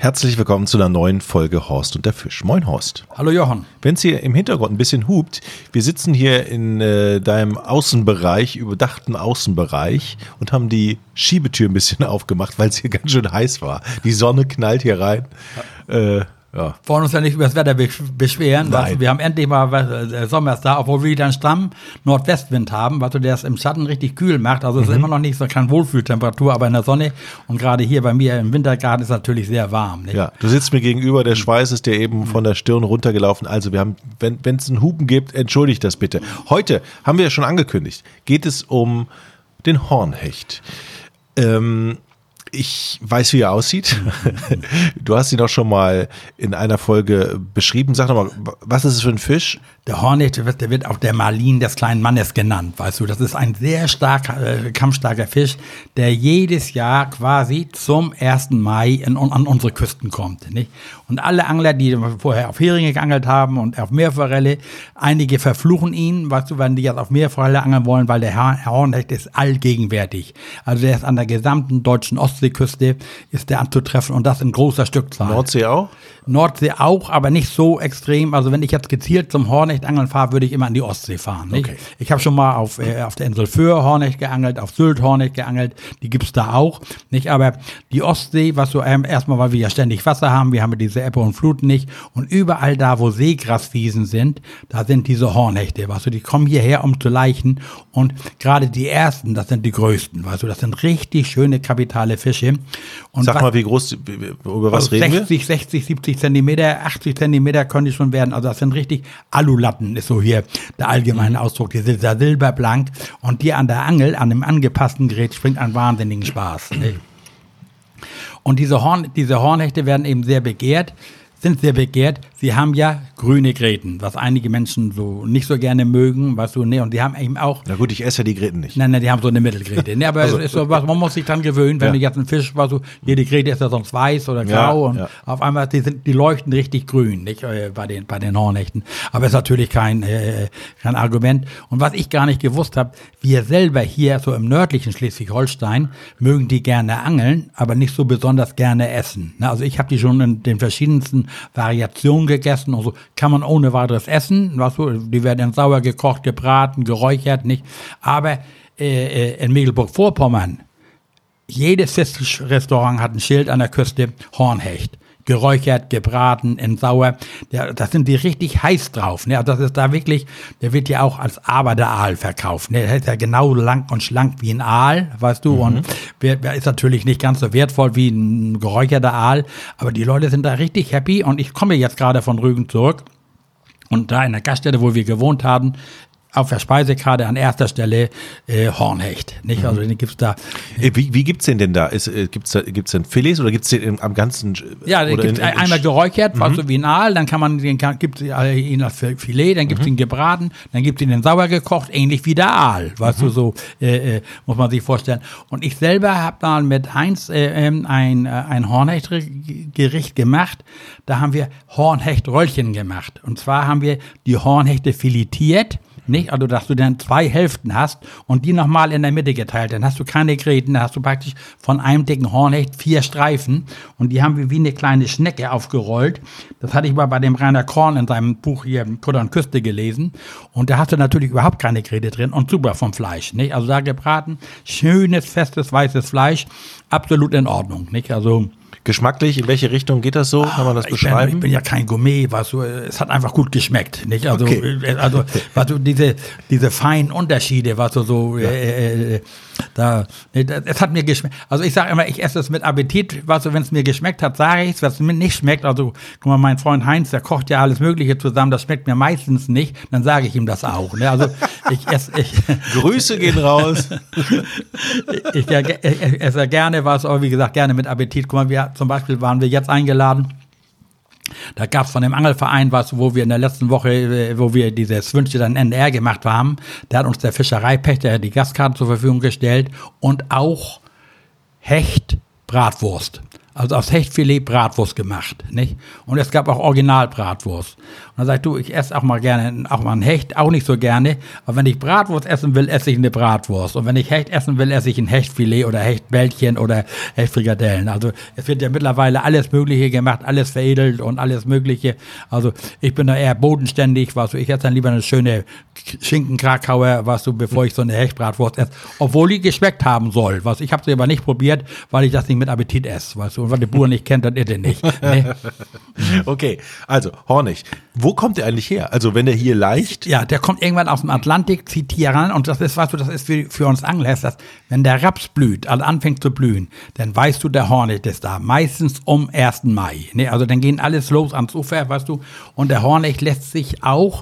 Herzlich willkommen zu einer neuen Folge Horst und der Fisch. Moin Horst. Hallo Jochen. Wenn es hier im Hintergrund ein bisschen hupt, wir sitzen hier in deinem Außenbereich, überdachten Außenbereich und haben die Schiebetür ein bisschen aufgemacht, weil es hier ganz schön heiß war. Die Sonne knallt hier rein. Ja. Wollen uns ja nicht über das Wetter beschweren. Weißt du, wir haben endlich mal, der Sommer ist da, obwohl wir wieder einen strammen Nordwestwind haben, weißt du, der es im Schatten richtig kühl macht. Also es ist immer noch nicht so keine Wohlfühltemperatur, aber in der Sonne und gerade hier bei mir im Wintergarten ist es natürlich sehr warm. Nicht? Ja, du sitzt mir gegenüber, der Schweiß ist dir eben von der Stirn runtergelaufen. Also wir haben, wenn es einen Hupen gibt, entschuldigt das bitte. Heute, haben wir ja schon angekündigt, geht es um den Hornhecht. Ich weiß, wie er aussieht. Du hast ihn auch schon mal in einer Folge beschrieben. Sag doch mal, was ist es für ein Fisch? Der Hornhecht, der wird auch der Marlin des kleinen Mannes genannt, weißt du. Das ist ein sehr kampfstarker Fisch, der jedes Jahr quasi zum 1. Mai an unsere Küsten kommt. Nicht? Und alle Angler, die vorher auf Heringe geangelt haben und auf Meerforelle, einige verfluchen ihn, weißt du, wenn die jetzt auf Meerforelle angeln wollen, weil der Hornhecht ist allgegenwärtig. Also der ist an der gesamten deutschen Ostseeküste, ist der anzutreffen und das in großer Stückzahl. Nordsee auch? Nordsee auch, aber nicht so extrem. Also wenn ich jetzt gezielt zum Hornechtangeln fahre, würde ich immer an die Ostsee fahren. Nicht? Okay. Ich habe schon mal auf der Insel Föhr Hornecht geangelt, auf Sylt Hornecht geangelt. Die gibt's da auch. Nicht, aber die Ostsee, was so erstmal, weil wir ja ständig Wasser haben, wir haben diese Ebbe und Flut nicht. Und überall da, wo Seegraswiesen sind, da sind diese Hornhechte. Weißt du, die kommen hierher, um zu laichen. Und gerade die ersten, das sind die größten. Weißt du, das sind richtig schöne kapitale Fische. Und Sag mal, wie groß, über was reden wir? 60, 70 Zentimeter, 80 Zentimeter können die schon werden. Also das sind richtig Alulatten, ist so hier der allgemeine Ausdruck. Die sind da silberblank und die an der Angel, an dem angepassten Gerät, springt einen wahnsinnigen Spaß. Und diese Hornhechte werden eben sind sehr begehrt. Sie haben ja grüne Gräten, was einige Menschen so nicht so gerne mögen, weißt du, ne, und die haben eben auch. Na gut, ich esse ja die Gräten nicht. Nein, die haben so eine Mittelgräte. Ne, aber also, es ist so was, man muss sich dran gewöhnen, wenn du jetzt einen Fisch, weißt du, jede Gräte ist ja sonst weiß oder grau und auf einmal, die leuchten richtig grün, nicht, bei den Hornhechten. Aber ist natürlich kein Argument. Und was ich gar nicht gewusst habe, wir selber hier, so im nördlichen Schleswig-Holstein, mögen die gerne angeln, aber nicht so besonders gerne essen. Ne, also ich habe die schon in den verschiedensten Variationen gegessen, also kann man ohne weiteres essen, weißt du, die werden sauer gekocht, gebraten, geräuchert, nicht, aber in Mecklenburg-Vorpommern, jedes Fischrestaurant hat ein Schild an der Küste, Hornhecht. Geräuchert, gebraten, in sauer. Das sind die richtig heiß drauf. Ne? Das ist da wirklich, der wird ja auch als Aberderaal verkauft. Ne? Der ist ja genau lang und schlank wie ein Aal, weißt du. Und ist natürlich nicht ganz so wertvoll wie ein geräucherter Aal. Aber die Leute sind da richtig happy. Und ich komme jetzt gerade von Rügen zurück. Und da in der Gaststätte, wo wir gewohnt haben, auf der Speisekarte an erster Stelle Hornhecht. Nicht? Also den gibt's da. Wie gibt's den denn da? Gibt's denn Filets oder gibt's den am ganzen? Ja, den gibt's einmal geräuchert, was so wie ein Aal, dann gibt's ihn als Filet, dann gibt's ihn gebraten, dann gibt's ihn sauer gekocht, ähnlich wie der Aal, weißt du, so muss man sich vorstellen. Und ich selber habe mal mit Heinz ein Hornhechtgericht gemacht. Da haben wir Hornhechtröllchen gemacht. Und zwar haben wir die Hornhechte filetiert. Nicht? Also, dass du dann 2 Hälften hast und die nochmal in der Mitte geteilt. Dann hast du keine Gräten, dann hast du praktisch von einem dicken Hornhecht 4 Streifen und die haben wir wie eine kleine Schnecke aufgerollt. Das hatte ich mal bei dem Rainer Korn in seinem Buch hier Kutter und Küste gelesen und da hast du natürlich überhaupt keine Gräte drin und super vom Fleisch. Nicht? Also da gebraten, schönes, festes, weißes Fleisch, absolut in Ordnung. Nicht? Also geschmacklich, in welche Richtung geht das so? Kann man das beschreiben? Ich bin ja kein Gourmet, weißt du, es hat einfach gut geschmeckt, nicht? Also, okay. Weißt du, diese feinen Unterschiede, weißt du, so, es hat mir geschmeckt. Also ich sage immer, ich esse es mit Appetit, weißt du, wenn es mir geschmeckt hat, sage ich es, was mir nicht schmeckt, also, guck mal, mein Freund Heinz, der kocht ja alles Mögliche zusammen, das schmeckt mir meistens nicht, dann sage ich ihm das auch, ne? Also, Grüße gehen raus. ich esse gerne was, aber wie gesagt, gerne mit Appetit. Guck mal, zum Beispiel waren wir jetzt eingeladen. Da gab es von dem Angelverein was, wo wir in der letzten Woche, wo wir dieses Wünsche dann NDR gemacht haben, da hat uns der Fischereipächter die Gastkarte zur Verfügung gestellt und auch Hecht Bratwurst. also aus Hechtfilet Bratwurst gemacht, nicht? Und es gab auch Original-Bratwurst. Und dann sagst du, ich esse auch mal gerne, auch mal einen Hecht, auch nicht so gerne, aber wenn ich Bratwurst essen will, esse ich eine Bratwurst. Und wenn ich Hecht essen will, esse ich ein Hechtfilet oder Hechtbällchen oder Hechtfrikadellen. Also es wird ja mittlerweile alles Mögliche gemacht, alles veredelt und alles Mögliche. Also ich bin da eher bodenständig, weißt du, ich esse dann lieber eine schöne Schinken-Krakauer, weißt du, bevor ich so eine Hechtbratwurst esse. Obwohl die geschmeckt haben soll, weißt du, ich habe sie aber nicht probiert, weil ich das nicht mit Appetit esse, weißt du, und wenn der Bauer nicht kennt, dann isst er nicht. Ne? Okay, also Hornecht. Wo kommt der eigentlich her? Also wenn der hier leicht... Ja, der kommt irgendwann aus dem Atlantik, zieht hier ran und das ist, weißt du, das ist für uns Angler, ist das, wenn der Raps blüht, also anfängt zu blühen, dann weißt du, der Hornecht ist da, meistens um 1. Mai. Ne? Also dann gehen alles los ans Ufer, weißt du, und der Hornecht lässt sich auch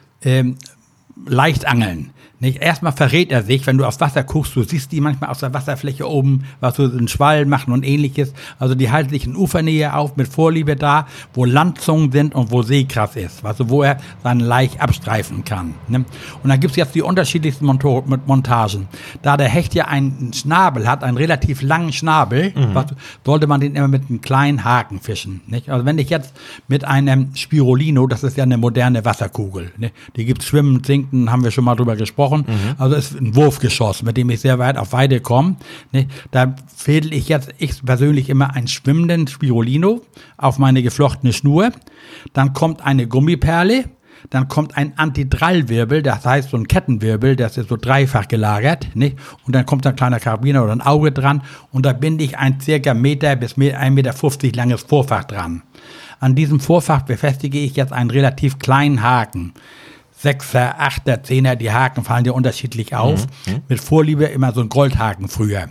leicht angeln. Nicht? Erstmal verrät er sich, wenn du aufs Wasser guckst, du siehst die manchmal aus der Wasserfläche oben, was so einen Schwall machen und ähnliches. Also die halten sich in Ufernähe auf, mit Vorliebe da, wo Landzungen sind und wo Seegras ist, also wo er seinen Laich abstreifen kann. Ne? Und dann gibt's jetzt die unterschiedlichsten Montagen. Da der Hecht ja einen Schnabel hat, einen relativ langen Schnabel, sollte man den immer mit einem kleinen Haken fischen. Nicht? Also wenn ich jetzt mit einem Spirulino, das ist ja eine moderne Wasserkugel, ne? Die gibt's schwimmen, sinken, haben wir schon mal drüber gesprochen. Also es ist ein Wurfgeschoss, mit dem ich sehr weit auf Weide komme. Ne? Da fädel ich persönlich immer einen schwimmenden Spirulino auf meine geflochtene Schnur. Dann kommt eine Gummiperle. Dann kommt ein Antidrallwirbel, das heißt so ein Kettenwirbel, das ist so dreifach gelagert, nicht? Und dann kommt ein kleiner Karabiner oder ein Auge dran und da binde ich ein circa Meter bis 1,50 Meter langes Vorfach dran. An diesem Vorfach befestige ich jetzt einen relativ kleinen Haken. 6er, 8er, 10er, die Haken fallen dir unterschiedlich auf. Mit Vorliebe immer so ein Goldhaken früher.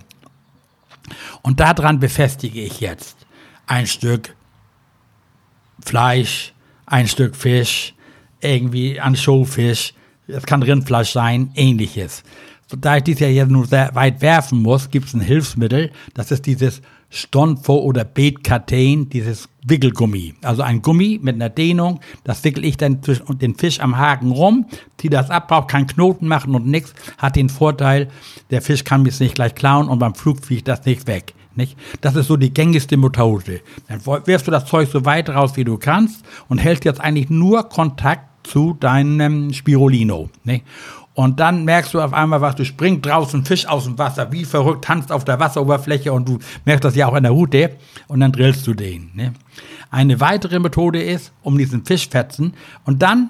Und daran befestige ich jetzt ein Stück Fleisch, ein Stück Fisch, irgendwie Anschofisch, es kann Rindfleisch sein, ähnliches. Da ich dies ja jetzt nur sehr weit werfen muss, gibt es ein Hilfsmittel, das ist dieses Stonfo oder Betkatain, dieses Wickelgummi. Also ein Gummi mit einer Dehnung, das wickel ich dann zwischen den Fisch am Haken rum, ziehe das ab, braucht keinen Knoten machen und nichts, hat den Vorteil, der Fisch kann mich nicht gleich klauen und beim Flug fliegt das nicht weg. Nicht? Das ist so die gängigste Methode. Dann wirfst du das Zeug so weit raus, wie du kannst und hältst jetzt eigentlich nur Kontakt zu deinem Spirulino. Nicht? Und dann merkst du auf einmal, was du springt draußen Fisch aus dem Wasser, wie verrückt, tanzt auf der Wasseroberfläche und du merkst das ja auch in der Route und dann drillst du den. Ne? Eine weitere Methode ist, um diesen Fischfetzen, und dann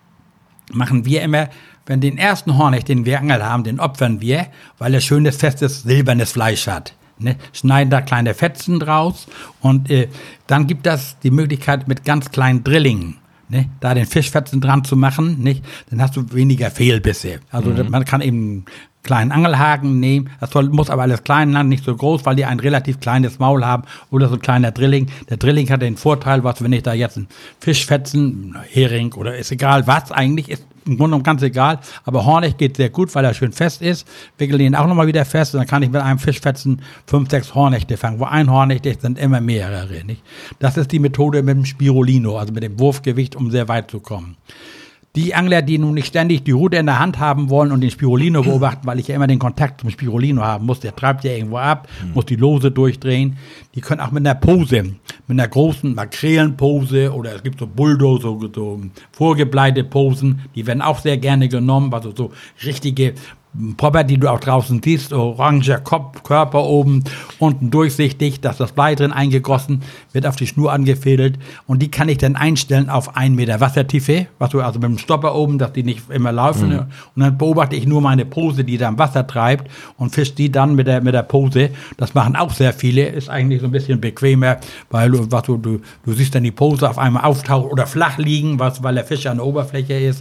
machen wir immer, wenn den ersten Hornecht, den wir angelt haben, den opfern wir, weil er schönes, festes, silbernes Fleisch hat. Ne? Schneiden da kleine Fetzen draus und dann gibt das die Möglichkeit mit ganz kleinen Drillingen. Ne, da den Fischfetzen dran zu machen, nicht, dann hast du weniger Fehlbisse. Also man kann eben einen kleinen Angelhaken nehmen, muss aber alles klein sein, nicht so groß, weil die ein relativ kleines Maul haben oder so ein kleiner Drilling. Der Drilling hat den Vorteil, was, wenn ich da jetzt einen Fischfetzen, Hering oder ist egal was, eigentlich ist im Grunde genommen ganz egal, aber Hornecht geht sehr gut, weil er schön fest ist, wickel ihn auch nochmal wieder fest und dann kann ich mit einem Fischfetzen 5, 6 Hornechte fangen. Wo ein Hornecht ist, sind immer mehrere. Nicht? Das ist die Methode mit dem Spirulino, also mit dem Wurfgewicht, um sehr weit zu kommen. Die Angler, die nun nicht ständig die Rute in der Hand haben wollen und den Spirulino beobachten, weil ich ja immer den Kontakt zum Spirulino haben muss, der treibt ja irgendwo ab, muss die Lose durchdrehen, die können auch mit einer Pose, mit einer großen Makrelenpose oder es gibt so Bulldog, so vorgebleite Posen, die werden auch sehr gerne genommen, also so richtige Popper, die du auch draußen siehst, oranger Körper oben, unten durchsichtig, dass das Blei drin eingegossen, wird auf die Schnur angefädelt und die kann ich dann einstellen auf 1 Meter Wassertiefe, was du also mit dem Stopper oben, dass die nicht immer laufen und dann beobachte ich nur meine Pose, die da im Wasser treibt und fisch die dann mit der Pose. Das machen auch sehr viele, ist eigentlich so ein bisschen bequemer, weil du siehst dann die Pose auf einmal auftauchen oder flach liegen, weil der Fisch an der Oberfläche ist.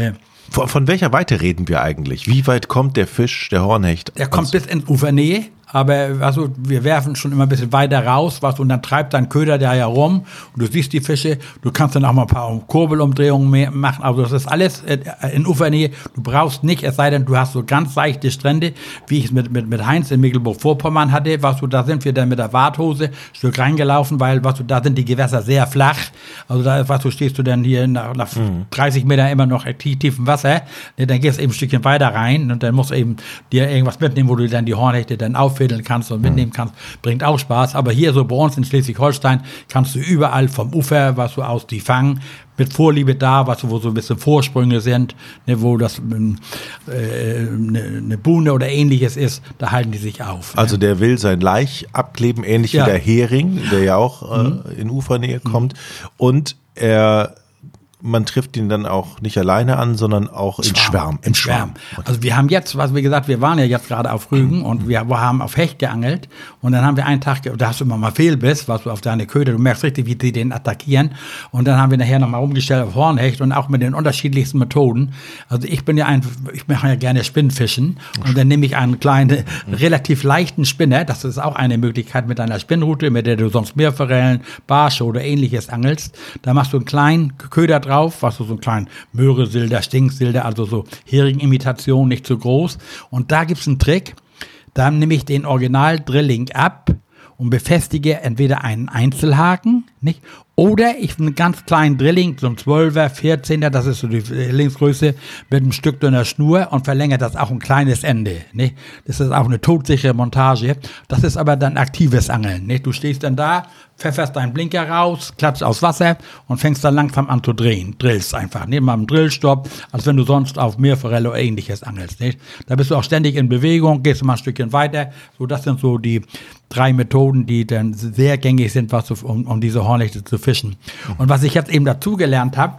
Von welcher Weite reden wir eigentlich? Wie weit kommt der Fisch, der Hornhecht? Der kommt bis in Ufernähe, aber wir werfen schon immer ein bisschen weiter raus, und dann treibt dein Köder da ja rum und du siehst die Fische, du kannst dann auch mal ein paar Kurbelumdrehungen machen, also das ist alles in Ufernähe, du brauchst nicht, es sei denn, du hast so ganz seichte Strände, wie ich es mit Heinz in Mecklenburg-Vorpommern hatte, da sind wir dann mit der Warthose ein Stück reingelaufen, weil, da sind die Gewässer sehr flach, also da, stehst du dann hier nach 30 Meter immer noch tiefem Wasser, dann gehst du eben ein Stückchen weiter rein und dann musst du eben dir irgendwas mitnehmen, wo du dann die Hornhechte dann auffängst aufwedeln kannst und mitnehmen kannst, bringt auch Spaß. Aber hier so bei uns in Schleswig-Holstein kannst du überall vom Ufer, was du aus die fangen, mit Vorliebe da, wo so ein bisschen Vorsprünge sind, ne, wo das eine Buhne oder ähnliches ist, da halten die sich auf. Also der will sein Laich abkleben, ähnlich wie der Hering, der ja auch in Ufernähe kommt. Und man trifft ihn dann auch nicht alleine an, sondern auch in Schwärmen. Im Schwarm. Also wir haben jetzt, was wir gesagt, wir waren ja jetzt gerade auf Rügen und wir haben auf Hecht geangelt und dann haben wir einen Tag, da hast du immer mal Fehlbiss, was du auf deine Köder, du merkst richtig, wie die den attackieren und dann haben wir nachher nochmal umgestellt auf Hornhecht und auch mit den unterschiedlichsten Methoden. Also ich mache ja gerne Spinnfischen und dann nehme ich einen kleinen, relativ leichten Spinner, das ist auch eine Möglichkeit mit einer Spinnrute, mit der du sonst Meerforellen, Barsche oder ähnliches angelst. Da machst du einen kleinen Köder drauf, was so einen kleinen Möhresilder, Stinksilder, also so Hering-Imitation, nicht zu groß. Und da gibt's einen Trick, da nehme ich den Original-Drilling ab und befestige entweder einen Einzelhaken, nicht? Oder ich einen ganz kleinen Drilling, so ein 12er, 14er, das ist so die Linksgröße, mit einem Stück dünner Schnur und verlängert das auch ein kleines Ende. Nicht? Das ist auch eine todsichere Montage. Das ist aber dann aktives Angeln. Nicht? Du stehst dann da, pfefferst deinen Blinker raus, klatscht aus Wasser und fängst dann langsam an zu drehen. Drillst einfach. Neben einem Drillstopp, als wenn du sonst auf Meerforelle oder ähnliches angelst. Nicht? Da bist du auch ständig in Bewegung, gehst mal ein Stückchen weiter. So, das sind so die 3 Methoden, die dann sehr gängig sind, um diese Hornhechte zu fischen. Und was ich jetzt eben dazugelernt habe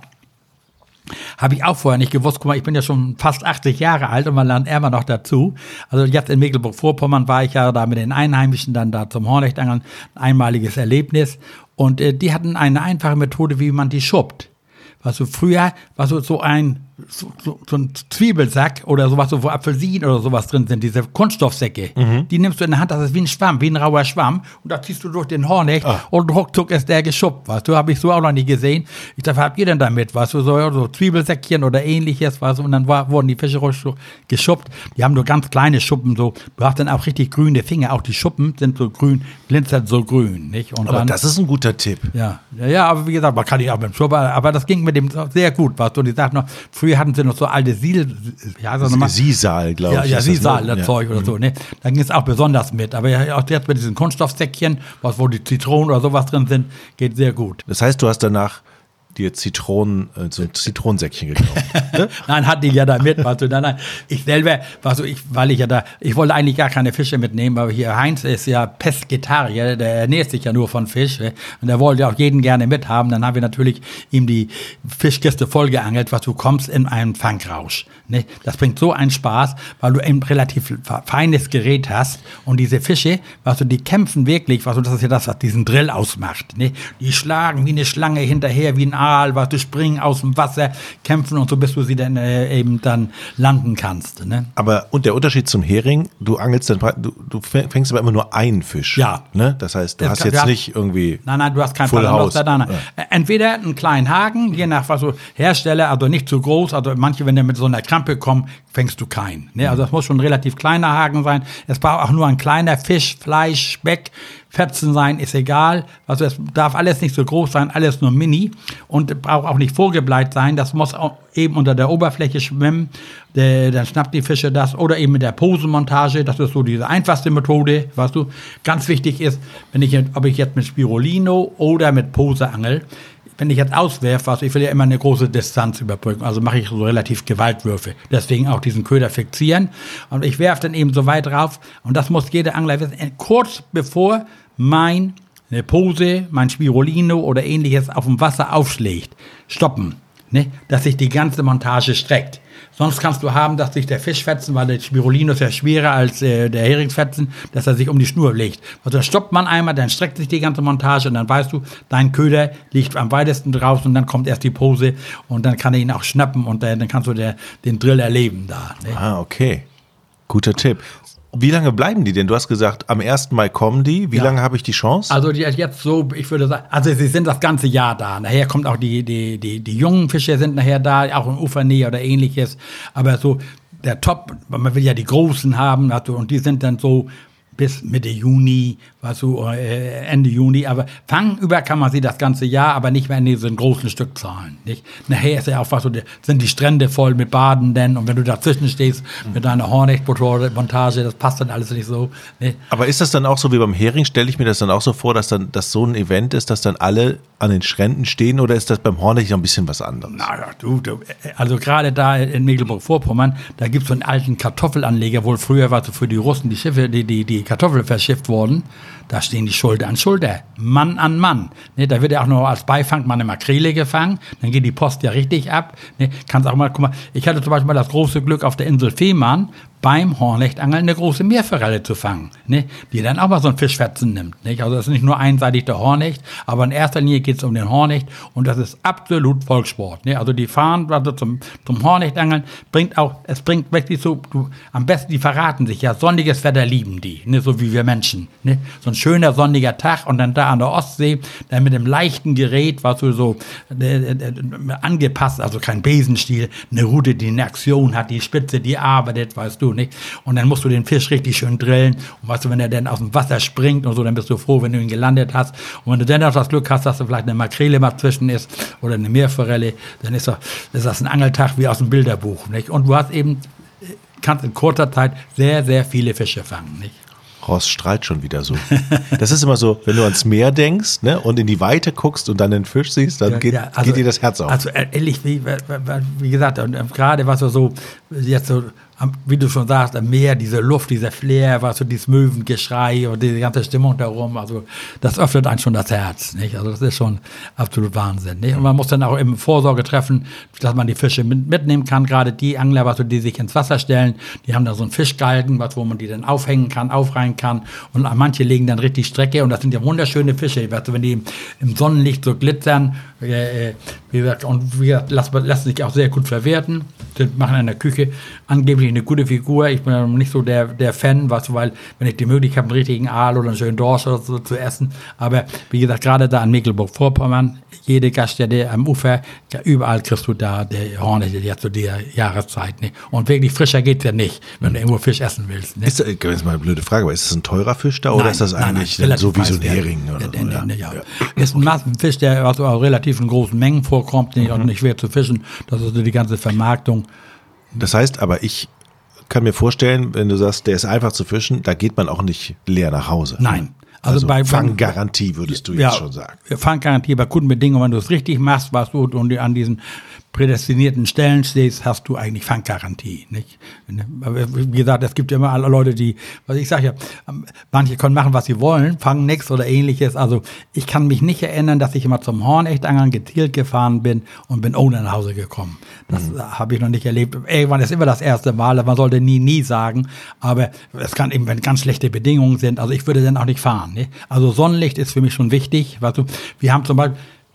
ich auch vorher nicht gewusst. Guck mal, ich bin ja schon fast 80 Jahre alt und man lernt immer noch dazu. Also jetzt in Mecklenburg-Vorpommern war ich ja da mit den Einheimischen dann da zum Hornechtangeln. Ein einmaliges Erlebnis. Und die hatten eine einfache Methode, wie man die schuppt. Früher war so ein Zwiebelsack oder sowas, wo Apfelsinen oder sowas drin sind, diese Kunststoffsäcke. Die nimmst du in der Hand, das ist wie ein Schwamm, wie ein rauer Schwamm. Und da ziehst du durch den Hornhecht und ruckzuck ist der geschuppt. Habe ich so auch noch nie gesehen. Ich dachte, was habt ihr denn damit? So Zwiebelsäckchen oder ähnliches. Und dann wurden die Fische geschuppt. Die haben nur ganz kleine Schuppen. So. Du hast dann auch richtig grüne Finger. Auch die Schuppen sind so grün, glitzert so grün. Nicht? Und aber dann, das ist ein guter Tipp. Ja, aber wie gesagt, man kann ich auch mit dem Schupper. Aber das ging mit dem sehr gut. Und ich sagte noch, früher hatten sie noch so alte Sisal, glaube ich. Ja, Sisal, das Zeug oder so. Ne? Da ging es auch besonders mit. Aber ja, auch jetzt mit diesen Kunststoffsäckchen, wo die Zitronen oder sowas drin sind, geht sehr gut. Das heißt, du hast danach dir so ein Zitronensäckchen gekauft. Ne? Nein, hatte ich ja da mit. Nein. Ich selber, ich wollte eigentlich gar keine Fische mitnehmen, aber hier Heinz ist ja Pesketarier, der ernährt sich ja nur von Fisch. Und der wollte auch jeden gerne mithaben. Dann haben wir natürlich ihm die Fischkiste vollgeangelt, du kommst in einen Fangrausch. Ne? Das bringt so einen Spaß, weil du ein relativ feines Gerät hast. Und diese Fische, die kämpfen wirklich, das ist ja das, was diesen Drill ausmacht. Ne? Die schlagen wie eine Schlange hinterher, wie ein Aal, springen aus dem Wasser, kämpfen und so, bis du sie dann eben dann landen kannst. Ne? Aber und der Unterschied zum Hering, du angelst dann, du fängst aber immer nur einen Fisch. Ja. Ne? Das heißt, du hast jetzt nicht irgendwie. Nein, du hast kein Haus. Nein. Ja. Entweder einen kleinen Haken, je nach Hersteller, also nicht zu groß, also manche, wenn der mit so einer Krampe kommt, fängst du keinen. Ne? Also das muss schon ein relativ kleiner Haken sein. Es braucht auch nur ein kleiner Fisch, Fleisch, Speck, Fetzen sein, ist egal. Es darf alles nicht so groß sein, alles nur mini und braucht auch nicht vorgebleibt sein. Das muss auch eben unter der Oberfläche schwimmen. Dann schnappt die Fische das oder eben mit der Posenmontage. Das ist so diese einfachste Methode, Ganz wichtig ist, ob ich jetzt mit Spirulino oder mit Pose angel. Wenn ich jetzt auswerfe, ich will ja immer eine große Distanz überbrücken, also mache ich so relativ Gewaltwürfe. Deswegen auch diesen Köder fixieren. Und ich werfe dann eben so weit drauf. Und das muss jeder Angler wissen. Kurz bevor meine Pose, mein Spirulino oder ähnliches auf dem Wasser aufschlägt, stoppen. Ne? Dass sich die ganze Montage streckt. Sonst kannst du haben, dass sich der Fischfetzen, weil der Spirulino ist ja schwerer als der Heringsfetzen, dass er sich um die Schnur legt. Dann stoppt man einmal, dann streckt sich die ganze Montage und dann weißt du, dein Köder liegt am weitesten draußen und dann kommt erst die Pose und dann kann er ihn auch schnappen und dann kannst du den Drill erleben da. Ne? Ah, okay. Guter Tipp. Wie lange bleiben die denn? Du hast gesagt, am 1. Mai kommen die. Wie lange habe ich die Chance? Also jetzt so, ich würde sagen, sie sind das ganze Jahr da. Nachher kommt auch die jungen Fische sind nachher da, auch in Ufernähe oder ähnliches. Aber so der Top, man will ja die Großen haben, und die sind dann so bis Mitte Juni, Ende Juni. Aber fangen über kann man sie das ganze Jahr, aber nicht mehr in diesen großen Stückzahlen. Nicht? Nachher ist ja auch sind die Strände voll mit Badenden und wenn du dazwischen stehst mit deiner Hornhecht-Montage, das passt dann alles nicht so. Nicht? Aber ist das dann auch so wie beim Hering? Stelle ich mir das dann auch so vor, dass das so ein Event ist, dass dann alle an den Stränden stehen oder ist das beim Hornhecht noch ein bisschen was anderes? Naja, also gerade da in Mecklenburg-Vorpommern, da gibt es so einen alten Kartoffelanleger, wohl früher war so für die Russen die Schiffe, die Kartoffeln verschifft wurden. Da stehen die Schulter an Schulter, Mann an Mann. Ne, da wird ja auch noch als Beifang mal eine Makrele gefangen, dann geht die Post ja richtig ab. Ne, kannst auch mal, guck mal, ich hatte zum Beispiel mal das große Glück auf der Insel Fehmarn, beim Hornechtangeln eine große Meerforelle zu fangen, ne, die dann auch mal so ein Fischfetzen nimmt. Ne? Also das ist nicht nur einseitig der Hornecht, aber in erster Linie geht es um den Hornecht und das ist absolut Volkssport. Ne? Also die fahren also zum Hornechtangeln, es bringt wirklich so, am besten, die verraten sich ja, sonniges Wetter lieben die, ne? So wie wir Menschen. Ne? So ein schöner sonniger Tag und dann da an der Ostsee, dann mit einem leichten Gerät, was so angepasst, also kein Besenstiel, eine Route, die eine Aktion hat, die Spitze, die arbeitet, weißt du, nicht? Und dann musst du den Fisch richtig schön drillen. Und weißt du, wenn er dann aus dem Wasser springt und so, dann bist du froh, wenn du ihn gelandet hast. Und wenn du dann auch das Glück hast, dass da vielleicht eine Makrele mal zwischen ist oder eine Meerforelle, dann ist das ein Angeltag wie aus dem Bilderbuch, nicht? Und du kannst in kurzer Zeit sehr, sehr viele Fische fangen, nicht? Horst strahlt schon wieder so. Das ist immer so, wenn du ans Meer denkst, ne, und in die Weite guckst und dann den Fisch siehst, dann geht dir das Herz auf. Also ehrlich, wie gesagt, und gerade was so jetzt so, wie du schon sagst, am Meer, diese Luft, dieser Flair, was so dieses Möwengeschrei und diese ganze Stimmung darum, also das öffnet einem schon das Herz, nicht? Also das ist schon absolut Wahnsinn, nicht? Und man muss dann auch eben Vorsorge treffen, dass man die Fische mitnehmen kann, gerade die Angler, die sich ins Wasser stellen, die haben da so einen Fischgalgen, wo man die dann aufhängen kann, aufreihen kann und manche legen dann richtig Strecke und das sind ja wunderschöne Fische, weißt du, wenn die im Sonnenlicht so glitzern, wie gesagt, lassen sich auch sehr gut verwerten, machen in der Küche angeblich eine gute Figur. Ich bin ja nicht so der Fan, weil wenn ich die Möglichkeit habe, einen richtigen Aal oder einen schönen Dorsch oder so zu essen, aber wie gesagt, gerade da in Mecklenburg-Vorpommern, jede Gaststätte am Ufer, überall kriegst du da der Hornecht jetzt zu der Jahreszeit. Ne? Und wirklich frischer geht's ja nicht, wenn du irgendwo Fisch essen willst. Ne? Ist das mal eine blöde Frage, aber ist das ein teurer Fisch da oder ist das eigentlich so wie so ein Hering? Ja. Ist ein Fisch, der also auch relativ in großen Mengen vorkommt, und nicht schwer zu fischen. Das ist so die ganze Vermarktung. Das heißt aber, ich kann mir vorstellen, wenn du sagst, der ist einfach zu fischen, da geht man auch nicht leer nach Hause. Nein. Also bei Fanggarantie würdest du jetzt schon sagen. Fanggarantie bei guten Bedingungen, wenn du es richtig machst, was du und an diesen prädestinierten Stellen stehst, hast du eigentlich Fanggarantie, nicht? Wie gesagt, es gibt ja immer alle Leute, ich sage ja, manche können machen, was sie wollen, fangen nichts oder ähnliches. Also ich kann mich nicht erinnern, dass ich immer zum Hornechtangeln gezielt gefahren bin und bin ohne nach Hause gekommen. Das habe ich noch nicht erlebt. Irgendwann ist immer das erste Mal, man sollte nie sagen, aber es kann eben, wenn ganz schlechte Bedingungen sind, also ich würde dann auch nicht fahren. Nicht? Also Sonnenlicht ist für mich schon wichtig. Weißt du, wir haben zum Beispiel,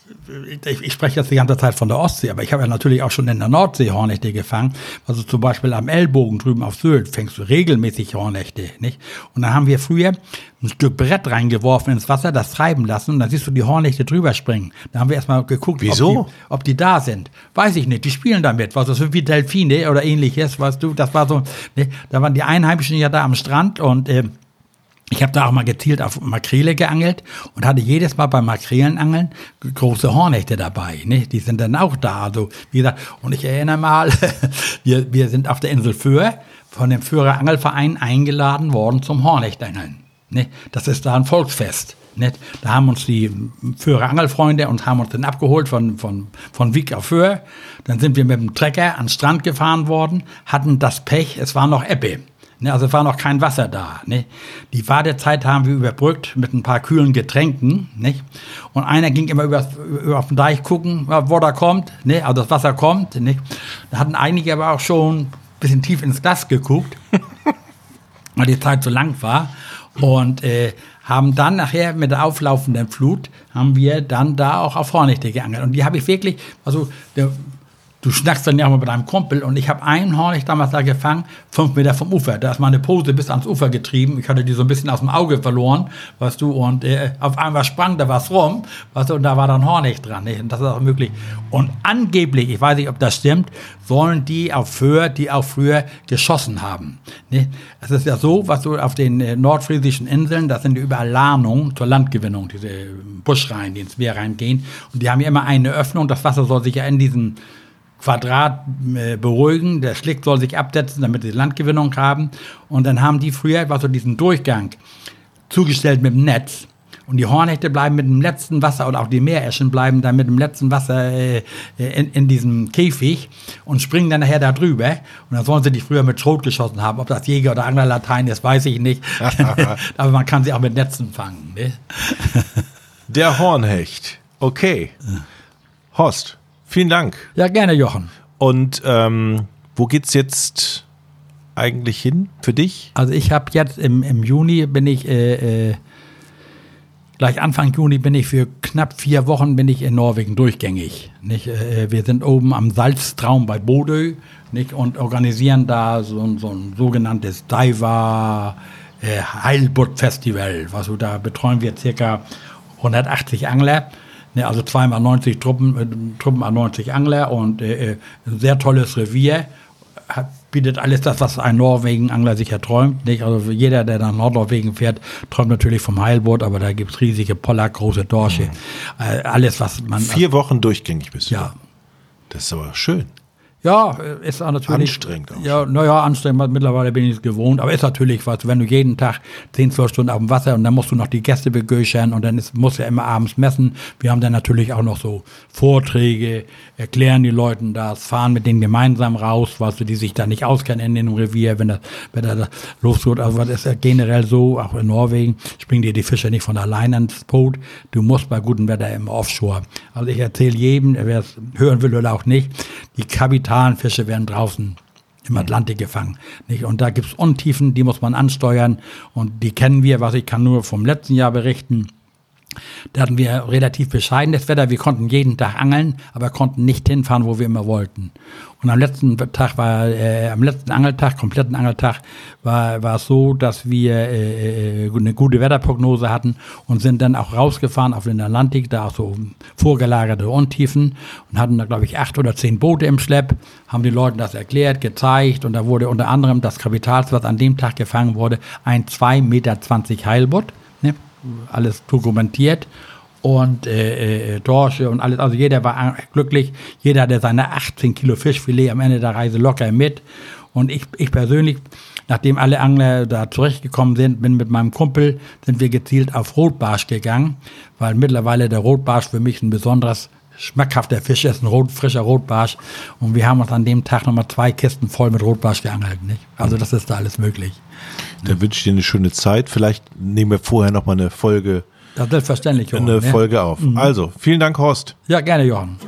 ich spreche jetzt die ganze Zeit von der Ostsee, aber ich habe ja natürlich auch schon in der Nordsee Hornechte gefangen. Also zum Beispiel am Ellbogen drüben auf Sylt fängst du regelmäßig Hornechte, nicht? Und dann haben wir früher ein Stück Brett reingeworfen ins Wasser, das treiben lassen und dann siehst du die Hornechte drüber springen. Da haben wir erstmal geguckt, ob die da sind. Weiß ich nicht, die spielen damit, was das sind wie Delfine oder ähnliches, weißt du, das war so, ne? Da waren die Einheimischen ja da am Strand und ich habe da auch mal gezielt auf Makrele geangelt und hatte jedes Mal beim Makrelenangeln große Hornechte dabei. Ne? Die sind dann auch da. Also, wie gesagt, und ich erinnere mal, wir sind auf der Insel Föhr von dem Föhrer Angelverein eingeladen worden zum Hornechtangeln. Ne? Das ist da ein Volksfest. Ne? Da haben uns die Föhrer Angelfreunde und haben uns dann abgeholt von Wiek auf Föhr. Dann sind wir mit dem Trecker an den Strand gefahren worden, hatten das Pech, es war noch Ebbe. Ne, also es war noch kein Wasser da. Ne? Die Wartezeit haben wir überbrückt mit ein paar kühlen Getränken. Nicht? Und einer ging immer auf den Deich gucken, wo da kommt, ne? Also das Wasser kommt. Nicht? Da hatten einige aber auch schon ein bisschen tief ins Glas geguckt, weil die Zeit so lang war. Und haben dann nachher mit der auflaufenden Flut, haben wir dann da auch auf Hornechte geangelt. Und die habe ich wirklich, also du schnackst dann ja mal mit deinem Kumpel und ich habe einen Hornhecht damals da gefangen, 5 Meter vom Ufer. Da ist meine Pose bis ans Ufer getrieben. Ich hatte die so ein bisschen aus dem Auge verloren, weißt du, und auf einmal sprang da was rum, weißt du, und da war dann Hornhecht dran. Nicht? Und das ist auch möglich. Und angeblich, ich weiß nicht, ob das stimmt, sollen die auf Föhr, die auch früher geschossen haben. Nicht? Es ist ja so, was du auf den nordfriesischen Inseln, das sind überall Lahnungen zur Landgewinnung, diese Buschreihen, die ins Meer reingehen. Und die haben ja immer eine Öffnung. Das Wasser soll sich ja in diesem Quadrat beruhigen. Der Schlick soll sich absetzen, damit sie Landgewinnung haben. Und dann haben die früher, was so diesen Durchgang zugestellt mit dem Netz. Und die Hornhechte bleiben mit dem letzten Wasser, oder auch die Meereschen bleiben dann mit dem letzten Wasser in diesem Käfig und springen dann nachher da drüber. Und dann sollen sie die früher mit Schrot geschossen haben. Ob das Jäger- oder Anglerlatein ist, weiß ich nicht. Aber man kann sie auch mit Netzen fangen. Ne? Der Hornhecht. Okay. Horst, vielen Dank. Ja, gerne, Jochen. Und wo geht's jetzt eigentlich hin für dich? Also ich habe jetzt im Juni bin ich gleich Anfang Juni bin ich für knapp 4 Wochen bin ich in Norwegen durchgängig. Nicht? Wir sind oben am Salztraum bei Bodø, nicht? Und organisieren da so ein sogenanntes Diver Heilbutt Festival. Also da betreuen wir ca. 180 Angler. Ne, also 2x90 Truppen an 90 Angler und ein sehr tolles Revier. Bietet alles das, was ein Norwegen-Angler sich erträumt. Nicht? Also jeder, der nach Nordnorwegen fährt, träumt natürlich vom Heilbutt, aber da gibt es riesige Pollack, große Dorsche. Alles, was man... 4 Wochen durchgängig bist du. Ja. Das ist aber schön. Ja, ist auch natürlich... Anstrengend auch. Ja, naja, anstrengend. Mittlerweile bin ich es gewohnt. Aber ist natürlich was, wenn du jeden Tag 10, 12 Stunden auf dem Wasser und dann musst du noch die Gäste begöchern und dann musst du ja immer abends messen. Wir haben dann natürlich auch noch so Vorträge, erklären die Leuten das, fahren mit denen gemeinsam raus, weißt du, die sich da nicht auskennen in dem Revier, wenn da losgeht. Also das ist ja generell so, auch in Norwegen springen dir die Fische nicht von alleine ins Boot. Du musst bei gutem Wetter im Offshore. Also ich erzähle jedem, wer es hören will oder auch nicht, die Kapitalenfische werden draußen im Atlantik gefangen. Nicht? Und da gibt es Untiefen, die muss man ansteuern und die kennen wir, was ich kann nur vom letzten Jahr berichten. Da hatten wir relativ bescheidenes Wetter. Wir konnten jeden Tag angeln, aber konnten nicht hinfahren, wo wir immer wollten. Und am letzten Tag am letzten Angeltag, kompletten Angeltag, war es so, dass wir eine gute Wetterprognose hatten und sind dann auch rausgefahren auf den Atlantik, da auch so vorgelagerte Untiefen und hatten da, glaube ich, 8 oder 10 Boote im Schlepp, haben den Leuten das erklärt, gezeigt und da wurde unter anderem das Kapitals, was an dem Tag gefangen wurde, ein 2,20 Meter Heilbutt. Ne? Alles dokumentiert und Dorsche und alles, also jeder war glücklich, jeder hatte seine 18 Kilo Fischfilet am Ende der Reise locker mit und ich persönlich, nachdem alle Angler da zurechtgekommen sind, bin mit meinem Kumpel, sind wir gezielt auf Rotbarsch gegangen, weil mittlerweile der Rotbarsch für mich ein besonderes schmackhafter Fisch ist, ein frischer Rotbarsch und wir haben uns an dem Tag nochmal 2 Kisten voll mit Rotbarsch geangelt, nicht? Also das ist da alles möglich. Dann wünsche ich dir eine schöne Zeit. Vielleicht nehmen wir vorher noch mal eine Folge. Ja, selbstverständlich, Jochen. Folge auf. Also, vielen Dank, Horst. Ja, gerne, Jochen.